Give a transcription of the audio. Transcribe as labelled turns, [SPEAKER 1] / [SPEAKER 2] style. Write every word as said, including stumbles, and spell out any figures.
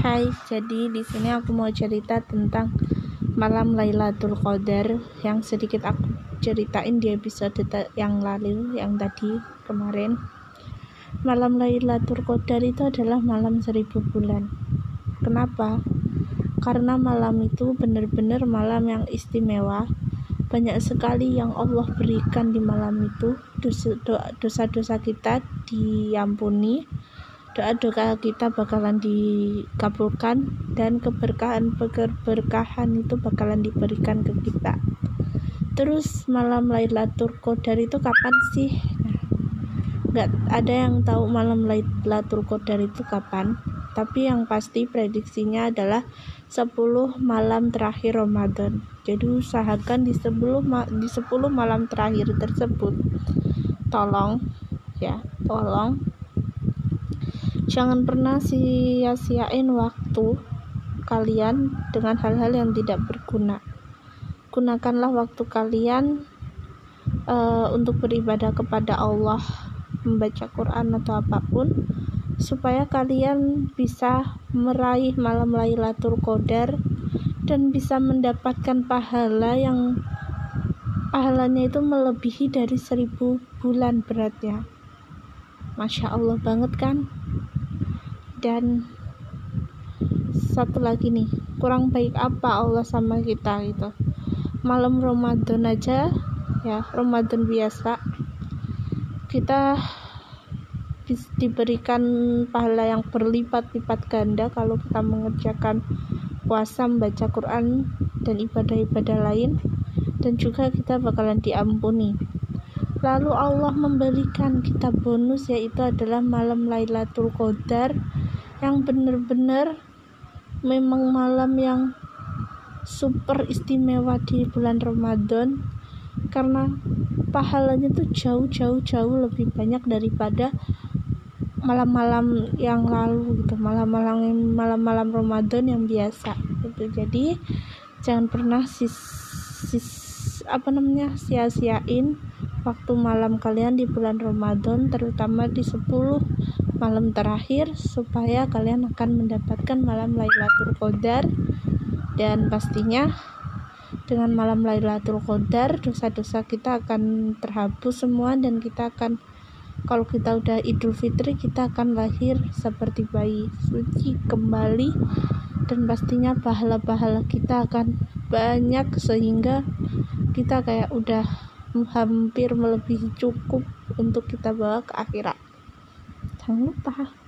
[SPEAKER 1] Hai, jadi di sini aku mau cerita tentang malam Lailatul Qadar yang sedikit aku ceritain di episode yang lalu, yang tadi kemarin. Malam Lailatul Qadar itu adalah malam seribu bulan. Kenapa? Karena malam itu benar-benar malam yang istimewa. Banyak sekali yang Allah berikan di malam itu. Dosa-dosa kita diampuni, doa-doa kita bakalan dikabulkan, dan keberkahan-keberkahan itu bakalan diberikan ke kita. Terus malam Lailatul Qadar itu kapan sih? Nah, nggak ada yang tahu malam Lailatul Qadar itu kapan, tapi yang pasti prediksinya adalah sepuluh malam terakhir Ramadan. Jadi usahakan di sepuluh ma- di sepuluh malam terakhir tersebut, tolong ya, tolong jangan pernah sia-siain waktu kalian dengan hal-hal yang tidak berguna. Gunakanlah waktu kalian uh, untuk beribadah kepada Allah, membaca Quran atau apapun, supaya kalian bisa meraih malam Lailatul Qadar dan bisa mendapatkan pahala yang pahalanya itu melebihi dari seribu bulan beratnya. Masya Allah banget kan? Dan satu lagi nih, kurang baik apa Allah sama kita gitu. Malam Ramadan aja ya, Ramadan biasa, kita diberikan pahala yang berlipat-lipat ganda kalau kita mengerjakan puasa, membaca Quran dan ibadah-ibadah lain, dan juga kita bakalan diampuni. Lalu Allah memberikan kita bonus, yaitu adalah malam Lailatul Qadar yang benar-benar memang malam yang super istimewa di bulan Ramadan, karena pahalanya tuh jauh-jauh-jauh lebih banyak daripada malam-malam yang lalu gitu, malam-malam malam-malam Ramadan yang biasa gitu. Jadi jangan pernah sis, sis apa namanya sia-siain waktu malam kalian di bulan Ramadan, terutama di sepuluh malam terakhir, supaya kalian akan mendapatkan malam Lailatul Qadar. Dan pastinya dengan malam Lailatul Qadar dosa-dosa kita akan terhapus semua, dan kita akan, kalau kita udah Idul Fitri, kita akan lahir seperti bayi suci kembali, dan pastinya pahala-pahala kita akan banyak sehingga kita kayak udah hampir melebihi cukup untuk kita bawa ke akhirat. Jangan lupa